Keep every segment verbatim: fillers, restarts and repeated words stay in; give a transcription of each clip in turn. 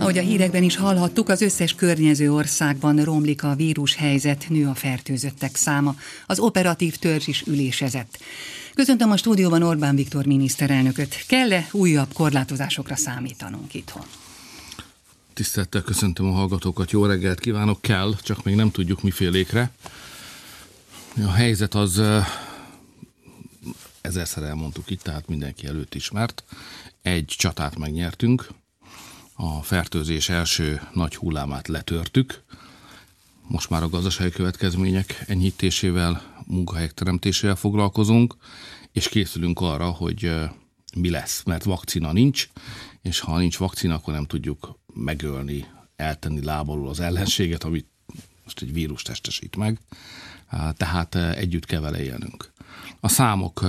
Ahogy a hírekben is hallhattuk, az összes környező országban romlik a vírushelyzet, nő a fertőzöttek száma. Az operatív törzs is ülésezett. Köszöntöm a stúdióban Orbán Viktor miniszterelnököt. Kell-e újabb korlátozásokra számítanunk itthon? Tisztelettel köszöntöm a hallgatókat, jó reggelt kívánok, kell, csak még nem tudjuk mifélékre. A helyzet az, ezerszer elmondtuk itt, tehát mindenki előtt ismert. Egy csatát megnyertünk, a fertőzés első nagy hullámát letörtük. Most már a gazdasági következmények enyhítésével, munkahelyek teremtésével foglalkozunk, és készülünk arra, hogy mi lesz, mert vakcina nincs, és ha nincs vakcina, akkor nem tudjuk megölni, eltenni lábalól az ellenséget, amit most egy vírus testesít meg, tehát együtt kell vele élnünk. A számok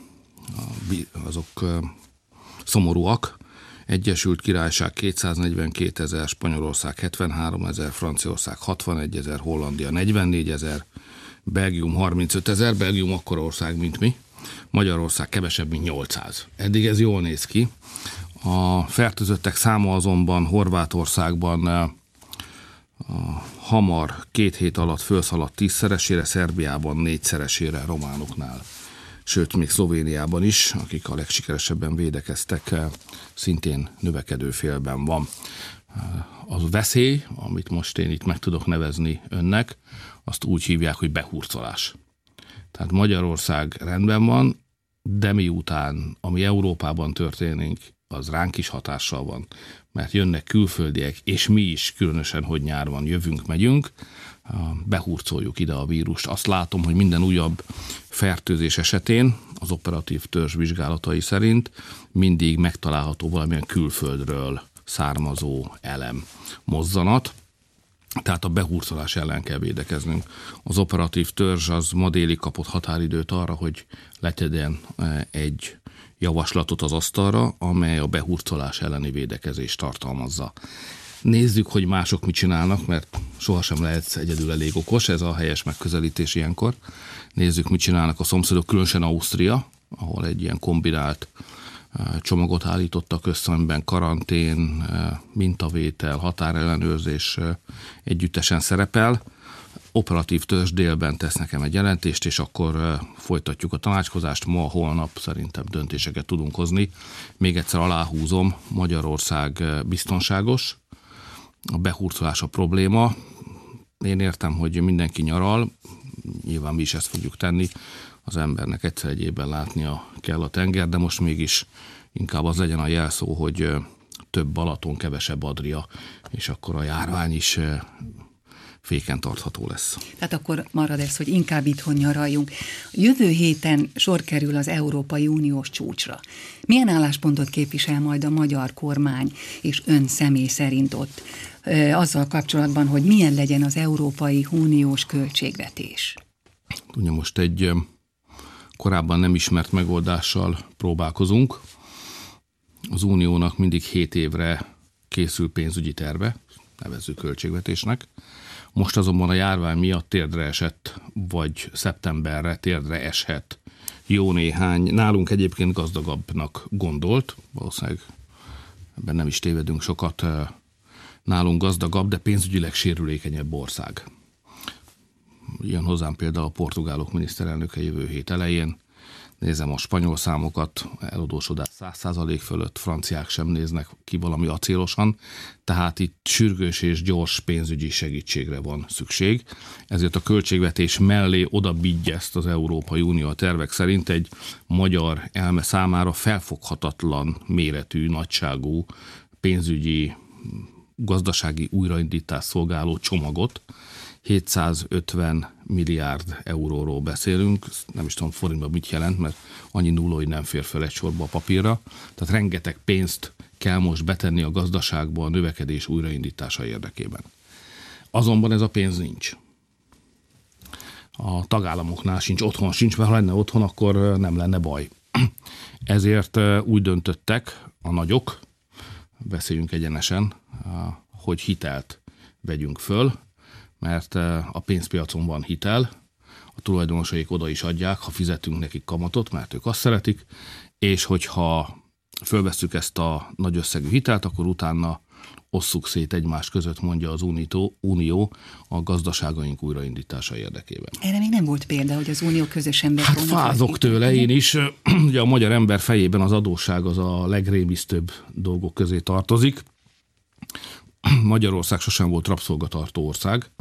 azok szomorúak. Egyesült Királyság kétszáznegyvenkétezer, Spanyolország hetvenháromezer, Franciaország hatvanegyezer, Hollandia negyvennégyezer, Belgium harmincötezer, Belgium akkora ország, mint mi, Magyarország kevesebb, mint nyolcszáz. Eddig ez jól néz ki. A fertőzöttek száma azonban Horvátországban a hamar két hét alatt felszaladt tízszeresére, Szerbiában négyszeresére, románoknál. Sőt, még Szlovéniában is, akik a legsikeresebben védekeztek, szintén növekedő félben van. Az veszély, amit most én itt meg tudok nevezni önnek, azt úgy hívják, hogy behurcolás. Tehát Magyarország rendben van, de miután, ami Európában történik, az ránk is hatással van, mert jönnek külföldiek, és mi is, különösen, hogy nyár van, jövünk, megyünk, behurcoljuk ide a vírust. Azt látom, hogy minden újabb fertőzés esetén az operatív törzs vizsgálatai szerint mindig megtalálható valamilyen külföldről származó elem, mozzanat, tehát a behurcolás ellen kell védekeznünk. Az operatív törzs az ma délig kapott határidőt arra, hogy letegyen egy javaslatot az asztalra, amely a behurcolás elleni védekezést tartalmazza. Nézzük, hogy mások mit csinálnak, mert sohasem lehet egyedül elég okos, ez a helyes megközelítés ilyenkor. Nézzük, mit csinálnak a szomszédok, különösen Ausztria, ahol egy ilyen kombinált csomagot állítottak össze, amiben karantén, mintavétel, határellenőrzés együttesen szerepel. Operatív törzs délben tesz nekem egy jelentést, és akkor folytatjuk a tanácskozást. Ma, holnap szerintem döntéseket tudunk hozni. Még egyszer aláhúzom, Magyarország biztonságos, a behurcolás a probléma. Én értem, hogy mindenki nyaral, nyilván mi is ezt fogjuk tenni, az embernek egyszer egy évben látnia kell a tenger, de most mégis inkább az legyen a jelszó, hogy több Balaton, kevesebb Adria, és akkor a járvány is féken tartható lesz. Tehát akkor marad ez, hogy inkább itthon nyaraljunk. Jövő héten sor kerül az Európai Uniós csúcsra. Milyen álláspontot képvisel majd a magyar kormány és ön személy szerint ott azzal kapcsolatban, hogy milyen legyen az Európai Uniós költségvetés? Ugye most egy korábban nem ismert megoldással próbálkozunk. Az Uniónak mindig hét évre készül pénzügyi terve, nevezzük költségvetésnek. Most azonban a járvány miatt térdre esett, vagy szeptemberre térdre eshet jó néhány, nálunk egyébként gazdagabbnak gondolt, valószínűleg ebben nem is tévedünk sokat, nálunk gazdagabb, de pénzügyileg sérülékenyebb ország. Ilyen hozzám például a portugálok miniszterelnöke jövő hét elején. Nézem a spanyol számokat, eladósodás száz százalék fölött, franciák sem néznek ki valami acélosan, tehát itt sürgős és gyors pénzügyi segítségre van szükség. Ezért a költségvetés mellé oda ezt az Európai Unió a tervek szerint egy magyar elme számára felfoghatatlan méretű, nagyságú pénzügyi, gazdasági újraindítás szolgáló csomagot, hétszázötven milliárd euróról beszélünk, nem is tudom forintban mit jelent, mert annyi nulla, hogy nem fér fel egy sorba a papírra. Tehát rengeteg pénzt kell most betenni a gazdaságba a növekedés újraindítása érdekében. Azonban ez a pénz nincs. A tagállamoknál sincs, otthon sincs, mert ha lenne otthon, akkor nem lenne baj. Ezért úgy döntöttek a nagyok, beszéljünk egyenesen, hogy hitelt vegyünk föl, mert a pénzpiacon van hitel, a tulajdonosaik oda is adják, ha fizetünk nekik kamatot, mert ők azt szeretik, és hogyha fölvesszük ezt a nagy összegű hitelt, akkor utána osszuk szét egymás között, mondja az Unitó, Unió a gazdaságaink újraindítása érdekében. Erre még nem volt példa, hogy az Unió közösen Hát fázok tőle én is. Ugye a magyar ember fejében az adósság az a legrémisztőbb dolgok közé tartozik. Magyarország sosem volt rabszolgatartó ország,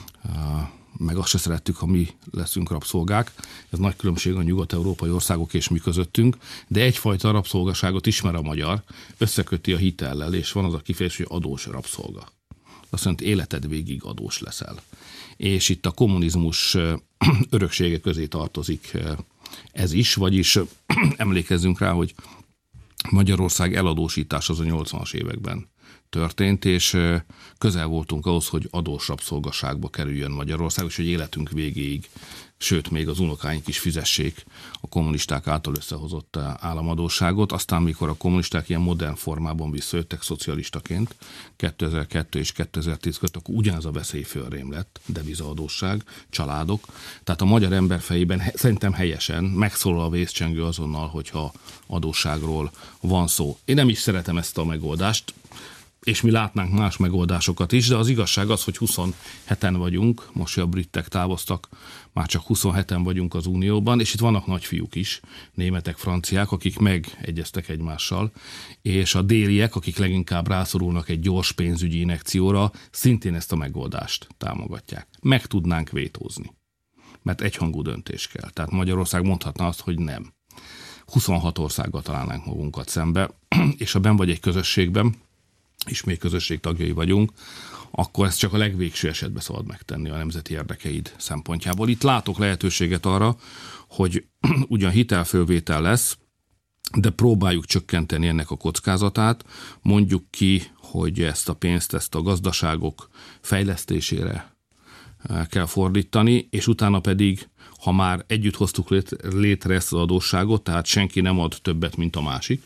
meg azt se szerettük, ha mi leszünk rabszolgák. Ez nagy különbség a nyugat-európai országok és mi közöttünk, de egyfajta rabszolgaságot ismer a magyar, összeköti a hitellel, és van az a kifejezés, hogy adós rabszolga. Azt jelenti, életed végig adós leszel. És itt a kommunizmus öröksége közé tartozik ez is, vagyis emlékezzünk rá, hogy Magyarország eladósítás az a nyolcvanas években történt, és közel voltunk ahhoz, hogy adós rabszolgaságba kerüljön Magyarország, és hogy életünk végéig, sőt, még az unokáink is fizessék a kommunisták által összehozott államadósságot. Aztán, mikor a kommunisták ilyen modern formában visszajöttek szocialistaként, kétezer-kettő és kétezer-tíz között, akkor ugyanaz a veszély fölrém lett, devizaadósság, családok. Tehát a magyar ember fejében szerintem helyesen megszólal a vészcsengő azonnal, hogyha adósságról van szó. Én nem is szeretem ezt a megoldást, és mi látnánk más megoldásokat is, de az igazság az, hogy huszonheten vagyunk, most a britek távoztak, már csak huszonheten vagyunk az Unióban, és itt vannak nagyfiúk is, németek, franciák, akik megegyeztek egymással, és a déliek, akik leginkább rászorulnak egy gyors pénzügyi injekcióra, szintén ezt a megoldást támogatják. Meg tudnánk vétózni, mert egyhangú döntés kell. Tehát Magyarország mondhatna azt, hogy nem. huszonhat országgal találnánk magunkat szembe, és ha benn vagy egy közösségben, és még közösség tagjai vagyunk, akkor ezt csak a legvégső esetben szabad megtenni a nemzeti érdekeid szempontjából. Itt látok lehetőséget arra, hogy ugyan hitelfölvétel lesz, de próbáljuk csökkenteni ennek a kockázatát, mondjuk ki, hogy ezt a pénzt, ezt a gazdaságok fejlesztésére kell fordítani, és utána pedig, ha már együtt hoztuk létre ezt az adósságot, tehát senki nem ad többet, mint a másik,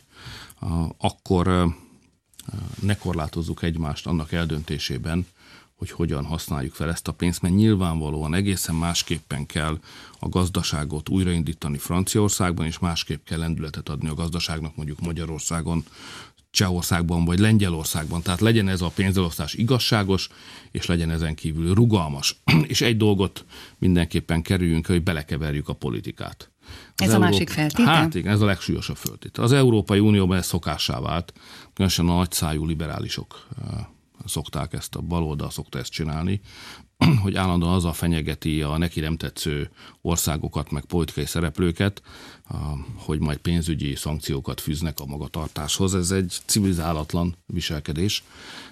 akkor ne korlátozzuk egymást annak eldöntésében, hogy hogyan használjuk fel ezt a pénzt, mert nyilvánvalóan egészen másképpen kell a gazdaságot újraindítani Franciaországban, és másképp kell lendületet adni a gazdaságnak mondjuk Magyarországon, Csehországban vagy Lengyelországban. Tehát legyen ez a pénzelosztás igazságos, és legyen ezen kívül rugalmas. És egy dolgot mindenképpen kerüljünk, hogy belekeverjük a politikát. Az ez Európa... a másik feltétel? Hát igen, ez a legsúlyosabb feltétel. Az Európai Unióban ez szokássá vált, különösen a nagyszájú liberálisok szokták ezt, a baloldal szokta ezt csinálni, hogy állandóan azzal fenyegeti a neki nem tetsző országokat, meg politikai szereplőket, hogy majd pénzügyi szankciókat fűznek a magatartáshoz. Ez egy civilizálatlan viselkedés,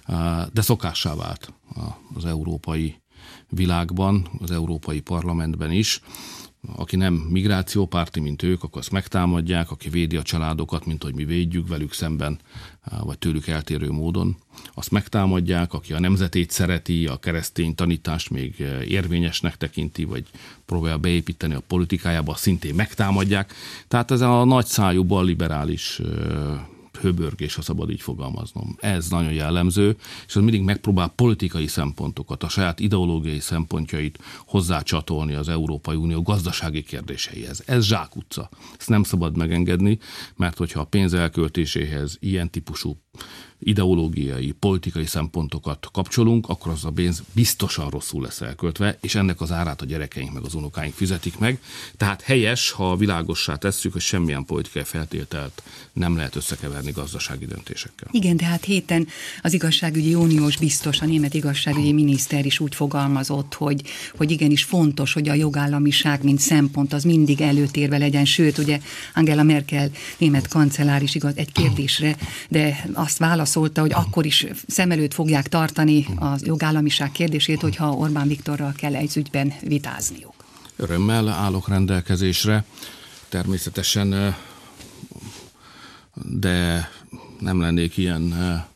de szokássá vált az európai világban, az Európai Parlamentben is. Aki nem migrációpárti, mint ők, akkor azt megtámadják, aki védi a családokat, mint hogy mi védjük velük szemben, vagy tőlük eltérő módon, azt megtámadják, aki a nemzetét szereti, a keresztény tanítást még érvényesnek tekinti, vagy próbálja beépíteni a politikájába, azt szintén megtámadják. Tehát ez a nagyszájú balliberális hőbörgés, ha szabad így fogalmaznom. Ez nagyon jellemző, és az mindig megpróbál politikai szempontokat, a saját ideológiai szempontjait hozzácsatolni az Európai Unió gazdasági kérdéseihez. Ez zsákutca. Ezt nem szabad megengedni, mert hogyha a pénz elköltéséhez ilyen típusú ideológiai, politikai szempontokat kapcsolunk, akkor az a pénz biztosan rosszul lesz elköltve, és ennek az árát a gyerekeink meg az unokáink fizetik meg. Tehát helyes, ha világossá tesszük, hogy semmilyen politikai feltételt nem lehet összekeverni gazdasági döntésekkel. Igen, de hát héten az igazságügyi uniós biztos, a német igazságügyi miniszter is úgy fogalmazott, hogy, hogy igenis fontos, hogy a jogállamiság, mint szempont, az mindig előtérbe legyen, sőt, ugye Angela Merkel német kancellár is igaz egy kérdésre, de azt válaszolta, hogy akkor is szem előtt fogják tartani a jogállamiság kérdését, hogyha Orbán Viktorral kell egy ügyben vitázniuk. Örömmel állok rendelkezésre, természetesen, de nem lennék ilyen,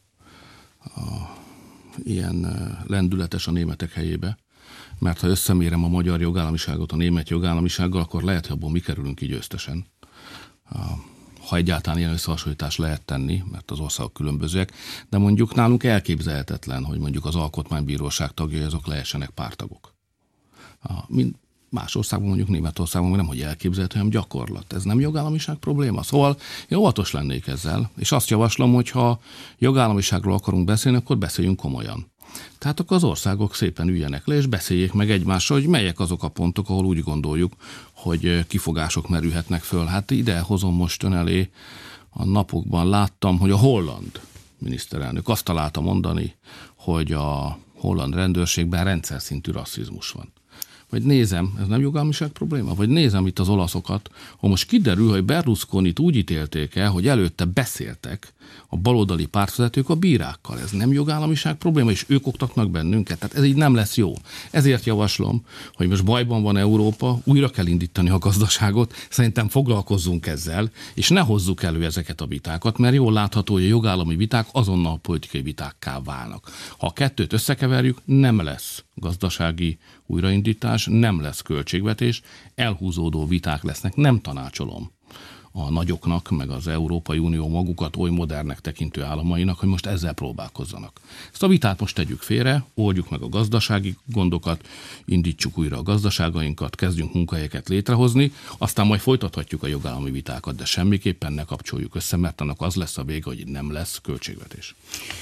ilyen lendületes a németek helyébe, mert ha összemérem a magyar jogállamiságot a német jogállamisággal, akkor lehet, hogy abból mi kerülünk ki győztesen. Ha egyáltalán ilyen összehasonlítást lehet tenni, mert az országok különbözőek, de mondjuk nálunk elképzelhetetlen, hogy mondjuk az alkotmánybíróság tagjai azok lehessenek párttagok. Más országban, mondjuk Németországban nem, hogy elképzelhető, hanem gyakorlat. Ez nem jogállamiság probléma? Szóval én óvatos lennék ezzel, és azt javaslom, hogy ha jogállamiságról akarunk beszélni, akkor beszéljünk komolyan. Tehát akkor az országok szépen üljenek le, és beszéljék meg egymással, hogy melyek azok a pontok, ahol úgy gondoljuk, hogy kifogások merülhetnek föl. Hát ide hozom most ön elé, a napokban láttam, hogy a holland miniszterelnök azt találta mondani, hogy a holland rendőrségben rendszer szintű rasszizmus van. Vagy nézem, ez nem jogállamiság probléma? Vagy nézem itt az olaszokat, hogy most kiderül, hogy Berlusconit úgy ítélték el, hogy előtte beszéltek a baloldali pártvezetők a bírákkal. Ez nem jogállamiság probléma, és ők oktatnak bennünket. Tehát ez így nem lesz jó. Ezért javaslom, hogy most bajban van Európa, újra kell indítani a gazdaságot, szerintem foglalkozzunk ezzel, és ne hozzuk elő ezeket a vitákat, mert jól látható, hogy a jogállami viták azonnal politikai vitákká válnak. Ha a kettőt összekeverjük, nem lesz gazdasági újraindítás, nem lesz költségvetés, elhúzódó viták lesznek. Nem tanácsolom a nagyoknak, meg az Európai Unió magukat oly modernnek tekintő államainak, hogy most ezzel próbálkozzanak. Ezt a vitát most tegyük félre, oldjuk meg a gazdasági gondokat, indítsuk újra a gazdaságainkat, kezdjünk munkahelyeket létrehozni, aztán majd folytathatjuk a jogállami vitákat, de semmiképpen ne kapcsoljuk össze, mert annak az lesz a vége, hogy nem lesz költségvetés.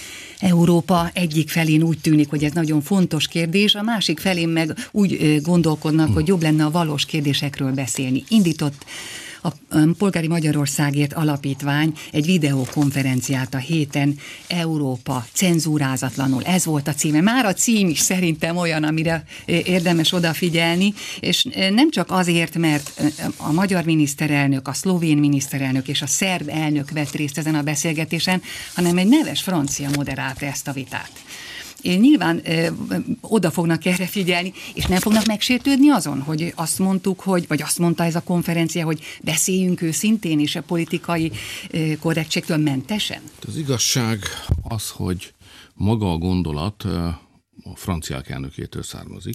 Európa egyik felén úgy tűnik, hogy ez nagyon fontos kérdés, a másik felén meg úgy gondolkodnak, hogy jobb lenne a valós kérdésekről beszélni. Indított a Polgári Magyarországért Alapítvány egy videokonferenciát a héten, Európa cenzúrázatlanul. Ez volt a címe. Már a cím is szerintem olyan, amire érdemes odafigyelni, és nem csak azért, mert a magyar miniszterelnök, a szlovén miniszterelnök és a szerb elnök vett részt ezen a beszélgetésen, hanem egy neves francia moderálta ezt a vitát. Nyilván ö, oda fognak erre figyelni, és nem fognak megsértődni azon, hogy azt mondtuk, hogy, vagy azt mondta ez a konferencia, hogy beszéljünk őszintén és a politikai ö, korrektségtől mentesen? Az igazság az, hogy maga a gondolat a franciák elnökétől származik,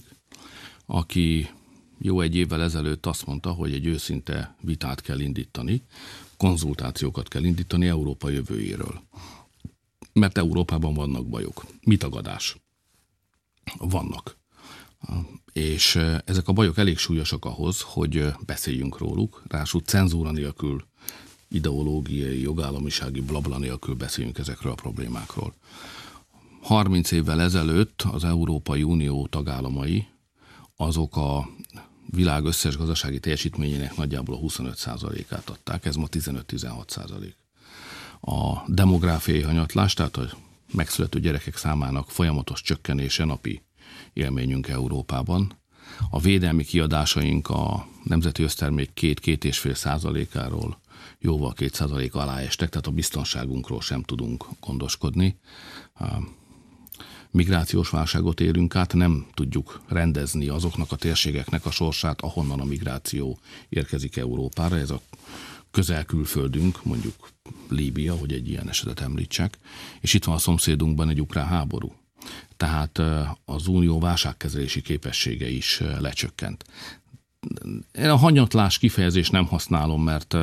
aki jó egy évvel ezelőtt azt mondta, hogy egy őszinte vitát kell indítani, konzultációkat kell indítani Európa jövőjéről. Mert Európában vannak bajok. Mi tagadás? Vannak. És ezek a bajok elég súlyosak ahhoz, hogy beszéljünk róluk, ráadásul cenzúra nélkül, ideológiai, jogállamisági blabla nélkül beszéljünk ezekről a problémákról. harminc évvel ezelőtt az Európai Unió tagállamai azok a világ összes gazdasági teljesítményének nagyjából a huszonöt százalékát adták, ez ma tizenöt-tizenhat százalék. A demográfiai hanyatlás, tehát a megszülető gyerekek számának folyamatos csökkenése napi élményünk Európában. A védelmi kiadásaink a nemzeti össztermék két-két és fél százalékáról jóval két százalék alá estek, tehát a biztonságunkról sem tudunk gondoskodni. Migrációs válságot élünk át, nem tudjuk rendezni azoknak a térségeknek a sorsát, ahonnan a migráció érkezik Európára. Ez a közel-külföldünk, mondjuk Líbia, hogy egy ilyen esetet említsek, és itt van a szomszédunkban egy ukrán háború. Tehát az unió válságkezelési képessége is lecsökkent. Én a hanyatlás kifejezést nem használom, mert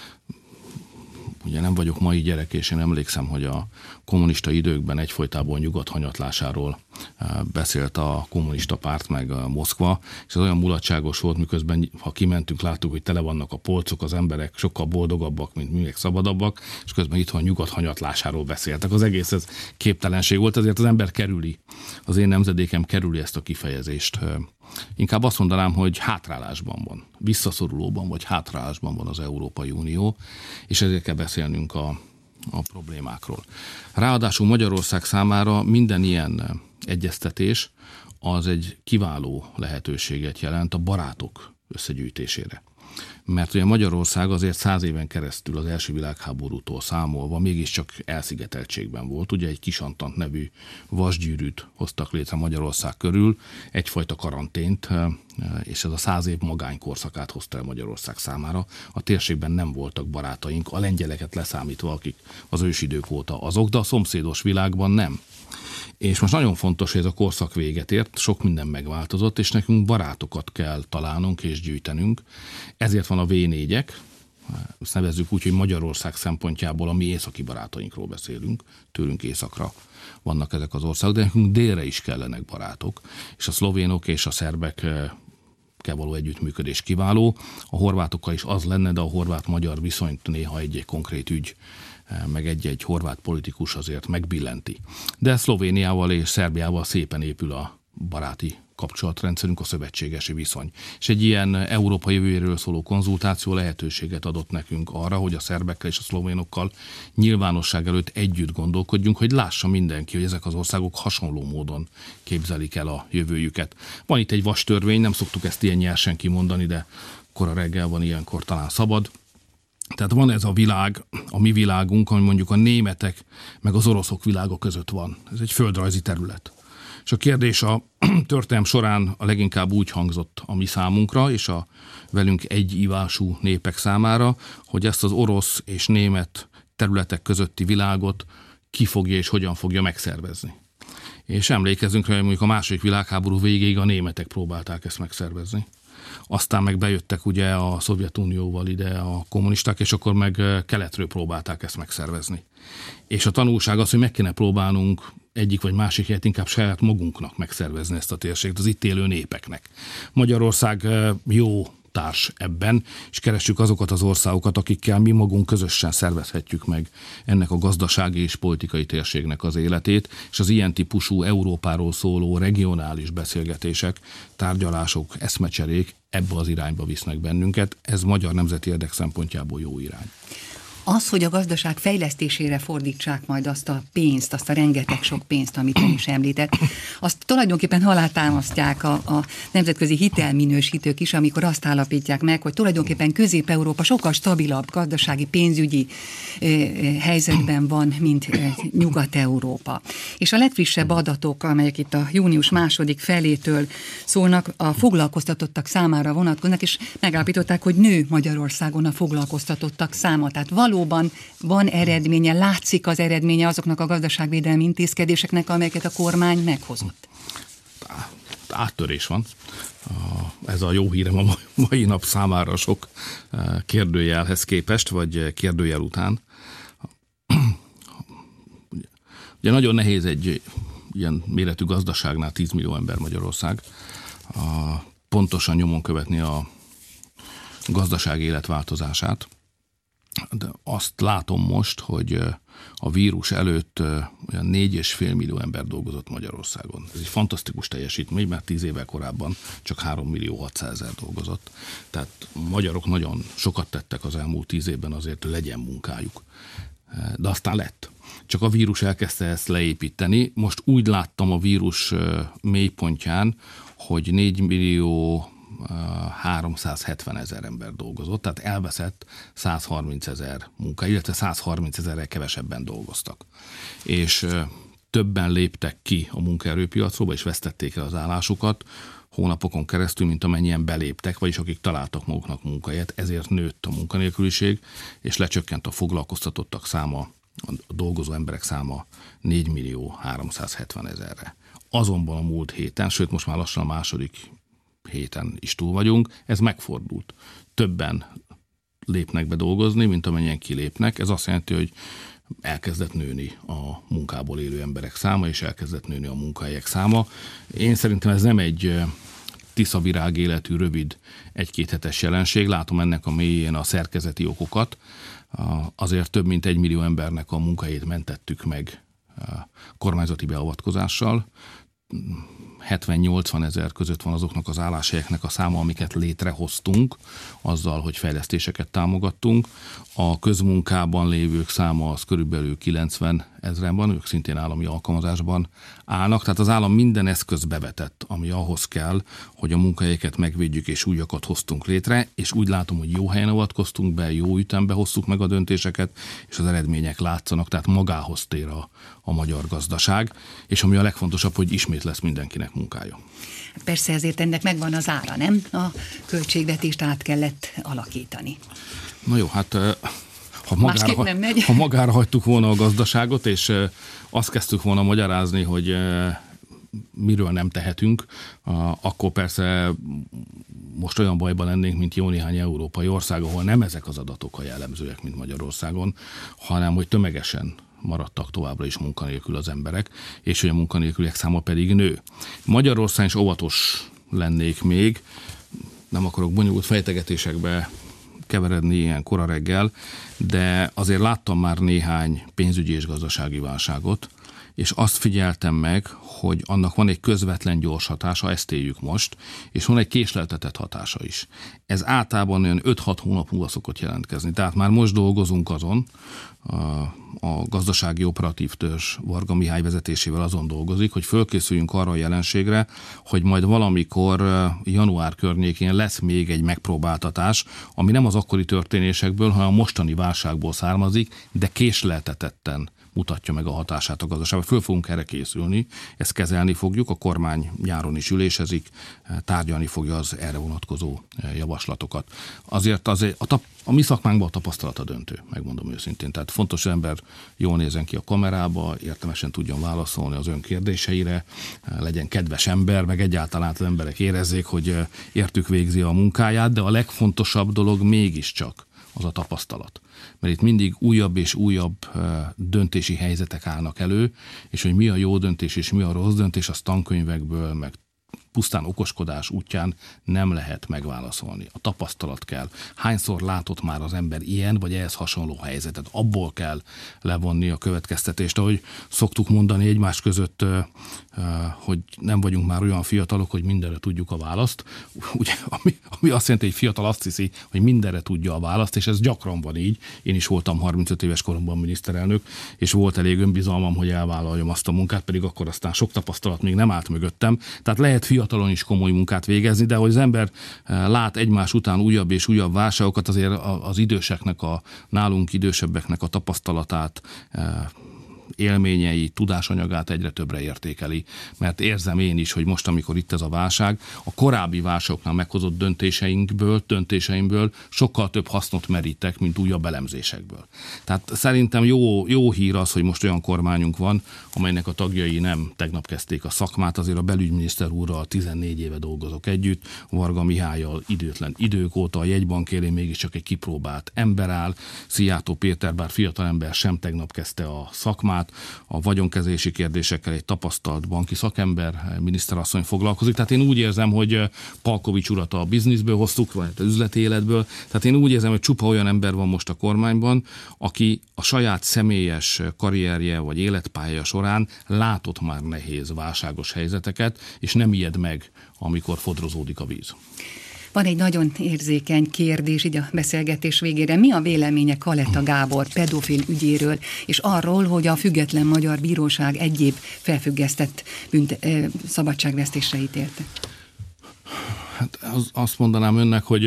ugye nem vagyok mai gyerek, és én emlékszem, hogy a kommunista időkben egyfolytában nyugat hanyatlásáról beszélt a kommunista párt meg a Moszkva, és ez olyan mulatságos volt, miközben ha kimentünk, láttuk, hogy tele vannak a polcok, az emberek sokkal boldogabbak, mint mi, még szabadabbak, és közben itthon nyugat hanyatlásáról beszéltek. Az egész ez képtelenség volt, ezért az ember kerüli, az én nemzedékem kerüli ezt a kifejezést. Inkább azt mondanám, hogy hátrálásban van, visszaszorulóban vagy hátrálásban van az Európai Unió, és ezért kell beszélnünk a, a problémákról. Ráadásul Magyarország számára minden ilyen egyeztetés az egy kiváló lehetőséget jelent a barátok összegyűjtésére. Mert ugye Magyarország azért száz éven keresztül az első világháborútól számolva mégiscsak elszigeteltségben volt. Ugye egy Kisantant nevű vasgyűrűt hoztak létre Magyarország körül, egyfajta karantént, és ez a száz év magánykorszakát hozta el Magyarország számára. A térségben nem voltak barátaink, a lengyeleket leszámítva, akik az ősidők óta azok, de a szomszédos világban nem. És most nagyon fontos, hogy ez a korszak véget ért, sok minden megváltozott, és nekünk barátokat kell találnunk és gyűjtenünk. Ezért van a vé négyek, ezt nevezzük úgy, hogy Magyarország szempontjából a mi északi barátainkról beszélünk, tőlünk északra vannak ezek az országok, de nekünk délre is kellenek barátok, és a szlovénok és a szerbek való együttműködés kiváló. A horvátokkal is az lenne, de a horvát-magyar viszonyt néha egy-egy konkrét ügy, meg egy-egy horvát politikus azért megbillenti. De Szlovéniával és Szerbiával szépen épül a baráti kapcsolatrendszerünk, a szövetségesi viszony. És egy ilyen Európa jövőjéről szóló konzultáció lehetőséget adott nekünk arra, hogy a szerbekkel és a szlovénokkal nyilvánosság előtt együtt gondolkodjunk, hogy lássa mindenki, hogy ezek az országok hasonló módon képzelik el a jövőjüket. Van itt egy vastörvény, nem szoktuk ezt ilyen nyersen kimondani, de kora reggel van, ilyenkor talán szabad. Tehát van ez a világ, a mi világunk, ami mondjuk a németek meg az oroszok világa között van. Ez egy földrajzi terület. És a kérdés a történelem során a leginkább úgy hangzott a mi számunkra, és a velünk egy ívású népek számára, hogy ezt az orosz és német területek közötti világot ki fogja és hogyan fogja megszervezni. És emlékezzünk rá, hogy mondjuk a második világháború végéig a németek próbálták ezt megszervezni. Aztán meg bejöttek ugye a Szovjetunióval ide a kommunisták, és akkor meg keletről próbálták ezt megszervezni. És a tanulság az, hogy meg kéne próbálnunk egyik vagy másik helyet inkább saját magunknak megszervezni ezt a térséget, az itt élő népeknek. Magyarország jó társ ebben, és keressük azokat az országokat, akikkel mi magunk közösen szervezhetjük meg ennek a gazdasági és politikai térségnek az életét, és az ilyen típusú Európáról szóló regionális beszélgetések, tárgyalások, eszmecserék ebbe az irányba visznek bennünket. Ez magyar nemzeti érdek szempontjából jó irány. Az, hogy a gazdaság fejlesztésére fordítsák majd azt a pénzt, azt a rengeteg sok pénzt, amit ön is említett, azt tulajdonképpen alátámasztják a, a nemzetközi hitelminősítők is, amikor azt állapítják meg, hogy tulajdonképpen Közép-Európa sokkal stabilabb gazdasági, pénzügyi ö, helyzetben van, mint ö, Nyugat-Európa. És a legfrissebb adatok, amelyek itt a június második felétől szólnak, a foglalkoztatottak számára vonatkoznak, és megállapították, hogy nő Magyarországon a foglalkoztatottak száma. Tehát valóban van eredménye, látszik az eredménye azoknak a gazdaságvédelmi intézkedéseknek, amelyeket a kormány meghozott. Áttörés van. Ez a jó hírem a mai nap számára sok kérdőjelhez képest, vagy kérdőjel után. Ugye nagyon nehéz egy ilyen méretű gazdaságnál, tíz millió ember Magyarország, pontosan nyomon követni a gazdaság életváltozását. De azt látom most, hogy a vírus előtt olyan négy és fél millió ember dolgozott Magyarországon. Ez egy fantasztikus teljesítmény, mert tíz évvel korábban csak három millió hatszázezer dolgozott. Tehát magyarok nagyon sokat tettek az elmúlt tíz évben azért, hogy legyen munkájuk. De aztán lett. Csak a vírus elkezdte ezt leépíteni. Most úgy láttam a vírus mélypontján, hogy négy millió háromszázhetven ezer ember dolgozott, tehát elveszett százharminc ezer munka, illetve százharminc ezerrel kevesebben dolgoztak. És többen léptek ki a munkaerőpiacról, és vesztették el az állásukat hónapokon keresztül, mint amennyien beléptek, vagyis akik találtak maguknak munkahelyet, ezért nőtt a munkanélküliség, és lecsökkent a foglalkoztatottak száma, a dolgozó emberek száma négy millió háromszázhetven ezerre. Azonban a múlt héten, sőt most már lassan a második héten is túl vagyunk, ez megfordult. Többen lépnek be dolgozni, mint amennyien kilépnek. Ez azt jelenti, hogy elkezdett nőni a munkából élő emberek száma, és elkezdett nőni a munkahelyek száma. Én szerintem ez nem egy tiszavirág életű, rövid, egy-két hetes jelenség. Látom ennek a mélyén a szerkezeti okokat. Azért több mint egy millió embernek a munkahelyét mentettük meg kormányzati beavatkozással. hetven-nyolcvan ezer között van azoknak az álláshelyeknek a száma, amiket létrehoztunk, azzal, hogy fejlesztéseket támogattunk. A közmunkában lévők száma az körülbelül kilencven ezren van, ők szintén állami alkalmazásban állnak. Tehát az állam minden eszköz bevetett, ami ahhoz kell, hogy a munkahelyeket megvédjük és újakat hoztunk létre, és úgy látom, hogy jó helyen avatkoztunk be, jó ütembe hoztuk meg a döntéseket, és az eredmények látszanak, tehát magához tér a, a magyar gazdaság, és ami a legfontosabb, hogy ismét lesz mindenkinek munkája. Persze ezért ennek megvan az ára, nem? A költségvetést át kellett alakítani. Na jó, hát ha magára, nem megy. ha magára hagytuk volna a gazdaságot, és azt kezdtük volna magyarázni, hogy miről nem tehetünk, akkor persze most olyan bajban lennénk, mint jó néhány európai ország, ahol nem ezek az adatok a jellemzőek, mint Magyarországon, hanem hogy tömegesen maradtak továbbra is munkanélkül az emberek, és hogy a munkanélküliek száma pedig nő. Magyarország is óvatos lennék még, nem akarok bonyolult fejtegetésekbe keveredni ilyen kora reggel, de azért láttam már néhány pénzügyi és gazdasági válságot, és azt figyeltem meg, hogy annak van egy közvetlen gyors hatása, ezt éljük most, és van egy késleltetett hatása is. Ez általában olyan öt-hat hónap múlva szokott jelentkezni. Tehát már most dolgozunk azon, a, a gazdasági operatív törzs Varga Mihály vezetésével azon dolgozik, hogy fölkészüljünk arra a jelenségre, hogy majd valamikor január környékén lesz még egy megpróbáltatás, ami nem az akkori történésekből, hanem a mostani válságból származik, de késleltetetten mutatja meg a hatását a gazdaságban. Föl fogunk erre készülni, ezt kezelni fogjuk, a kormány nyáron is ülésezik, tárgyalni fogja az erre vonatkozó javaslatokat. Azért azért a, tap, a mi szakmánkban a tapasztalat a döntő, megmondom őszintén. Tehát fontos, hogy az ember jól nézzen ki a kamerába, értelmesen tudjon válaszolni az ön kérdéseire, legyen kedves ember, meg egyáltalán az emberek érezzék, hogy értük végzi a munkáját, de a legfontosabb dolog mégiscsak az a tapasztalat. Mert itt mindig újabb és újabb döntési helyzetek állnak elő, és hogy mi a jó döntés és mi a rossz döntés, az tankönyvekből, meg pusztán okoskodás útján nem lehet megválaszolni. A tapasztalat kell. Hányszor látott már az ember ilyen, vagy ehhez hasonló helyzetet? Abból kell levonni a következtetést. Ahogy szoktuk mondani egymás között, hogy nem vagyunk már olyan fiatalok, hogy mindenre tudjuk a választ. Ugye, ami, ami azt jelenti, hogy fiatal azt hiszi, hogy mindenre tudja a választ, és ez gyakran van így. Én is voltam harmincöt éves koromban miniszterelnök, és volt elég önbizalmam, hogy elvállaljam azt a munkát, pedig akkor aztán sok tapasztalat még nem állt mögöttem. Tehát lehet fiatalon is komoly munkát végezni, de hogy az ember lát egymás után újabb és újabb válságokat, azért az időseknek, a nálunk idősebbeknek a tapasztalatát, élményei, tudásanyagát egyre többre értékeli, mert érzem én is, hogy most, amikor itt ez a válság, a korábbi válságoknál meghozott döntéseinkből, döntéseimből sokkal több hasznot merítek, mint újabb elemzésekből. Tehát szerintem jó, jó hír az, hogy most olyan kormányunk van, amelynek a tagjai nem tegnap kezdték a szakmát, azért a belügyminiszter úrral tizennégy éve dolgozok együtt, Varga Mihállyal időtlen idők óta, a jegybank élén mégiscsak egy kipróbált ember áll, Szijjártó Péter, bár fiatalember, sem tegnap kezdte a szakmát, a vagyonkezelési kérdésekkel egy tapasztalt banki szakember, miniszterasszony foglalkozik. Tehát én úgy érzem, hogy Palkovics urat a bizniszből hoztuk, vagy az üzleti életből. Tehát én úgy érzem, hogy csupa olyan ember van most a kormányban, aki a saját személyes karrierje vagy életpálya során látott már nehéz, válságos helyzeteket, és nem ijed meg, amikor fodrozódik a víz. Van egy nagyon érzékeny kérdés így a beszélgetés végére. Mi a véleménye Kaletta Gábor pedofil ügyéről, és arról, hogy a Független Magyar Bíróság egyéb felfüggesztett bűnt, eh, szabadságvesztésre ítélte? Hát az, azt mondanám önnek, hogy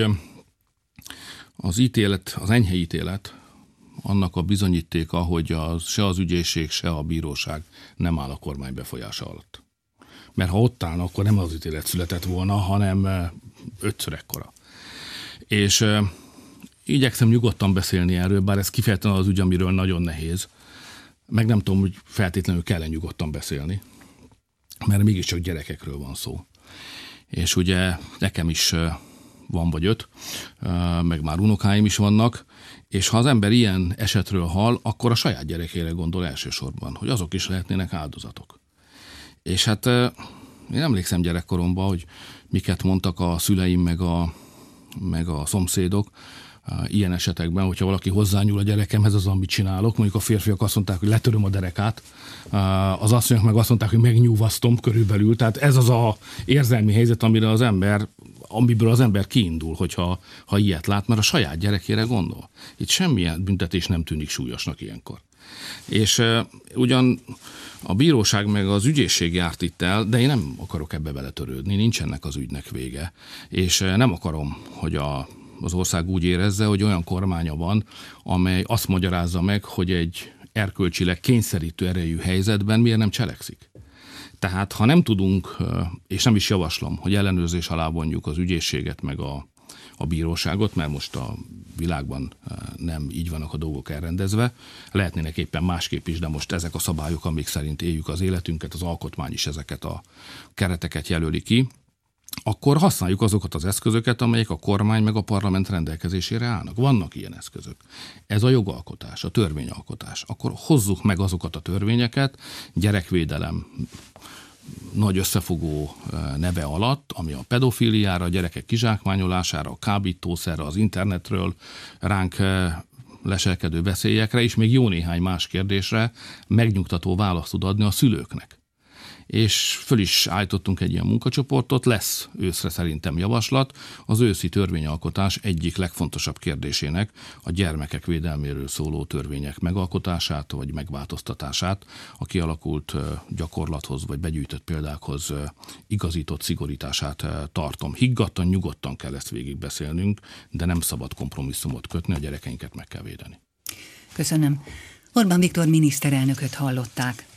az ítélet, az enyhe ítélet, annak a bizonyítéka, hogy az, se az ügyészség, se a bíróság nem áll a kormány befolyása alatt. Mert ha ott állna, akkor nem az ítélet született volna, hanem ötször ekkora. És e, igyekszem nyugodtan beszélni erről, bár ez kifejezetten az ügy, amiről nagyon nehéz. Meg nem tudom, hogy feltétlenül kell-e nyugodtan beszélni, mert mégiscsak gyerekekről van szó. És ugye nekem is van vagy öt, meg már unokáim is vannak, és ha az ember ilyen esetről hall, akkor a saját gyerekére gondol elsősorban, hogy azok is lehetnének áldozatok. És hát én emlékszem gyerekkoromban, hogy miket mondtak a szüleim meg a, meg a szomszédok ilyen esetekben, hogyha valaki hozzányúl a gyerekemhez, az amit csinálok. Mondjuk a férfiak azt mondták, hogy letöröm a derekát, az asszonyok meg azt mondták, hogy megnyúvasztom körülbelül. Tehát ez az a érzelmi helyzet, amire az ember, amiből az ember kiindul, hogyha ha ilyet lát, mert a saját gyerekére gondol. Itt semmilyen büntetés nem tűnik súlyosnak ilyenkor. És uh, ugyan a bíróság meg az ügyészség járt itt el, de én nem akarok ebbe beletörődni, nincs ennek az ügynek vége. És uh, nem akarom, hogy a, az ország úgy érezze, hogy olyan kormánya van, amely azt magyarázza meg, hogy egy erkölcsileg kényszerítő erejű helyzetben miért nem cselekszik. Tehát ha nem tudunk, uh, és nem is javaslom, hogy ellenőrzés alá vonjuk az ügyészséget meg a a bíróságot, mert most a világban nem így vannak a dolgok elrendezve. Lehetnének éppen másképp is, de most ezek a szabályok, amik szerint éljük az életünket, az alkotmány is ezeket a kereteket jelöli ki, akkor használjuk azokat az eszközöket, amelyek a kormány meg a parlament rendelkezésére állnak. Vannak ilyen eszközök. Ez a jogalkotás, a törvényalkotás. Akkor hozzuk meg azokat a törvényeket, gyerekvédelem, nagy összefogó neve alatt, ami a pedofíliára, a gyerekek kizsákmányolására, a kábítószerre, az internetről ránk leselkedő veszélyekre, és még jó néhány más kérdésre megnyugtató választ tud adni a szülőknek. És föl is állítottunk egy ilyen munkacsoportot, lesz őszre szerintem javaslat, az őszi törvényalkotás egyik legfontosabb kérdésének, a gyermekek védelméről szóló törvények megalkotását vagy megváltoztatását, a kialakult gyakorlathoz vagy begyűjtött példákhoz igazított szigorítását tartom. Higgadtan, nyugodtan kell ezt végigbeszélnünk, de nem szabad kompromisszumot kötni, a gyerekeinket meg kell védeni. Köszönöm. Orbán Viktor miniszterelnököt hallották.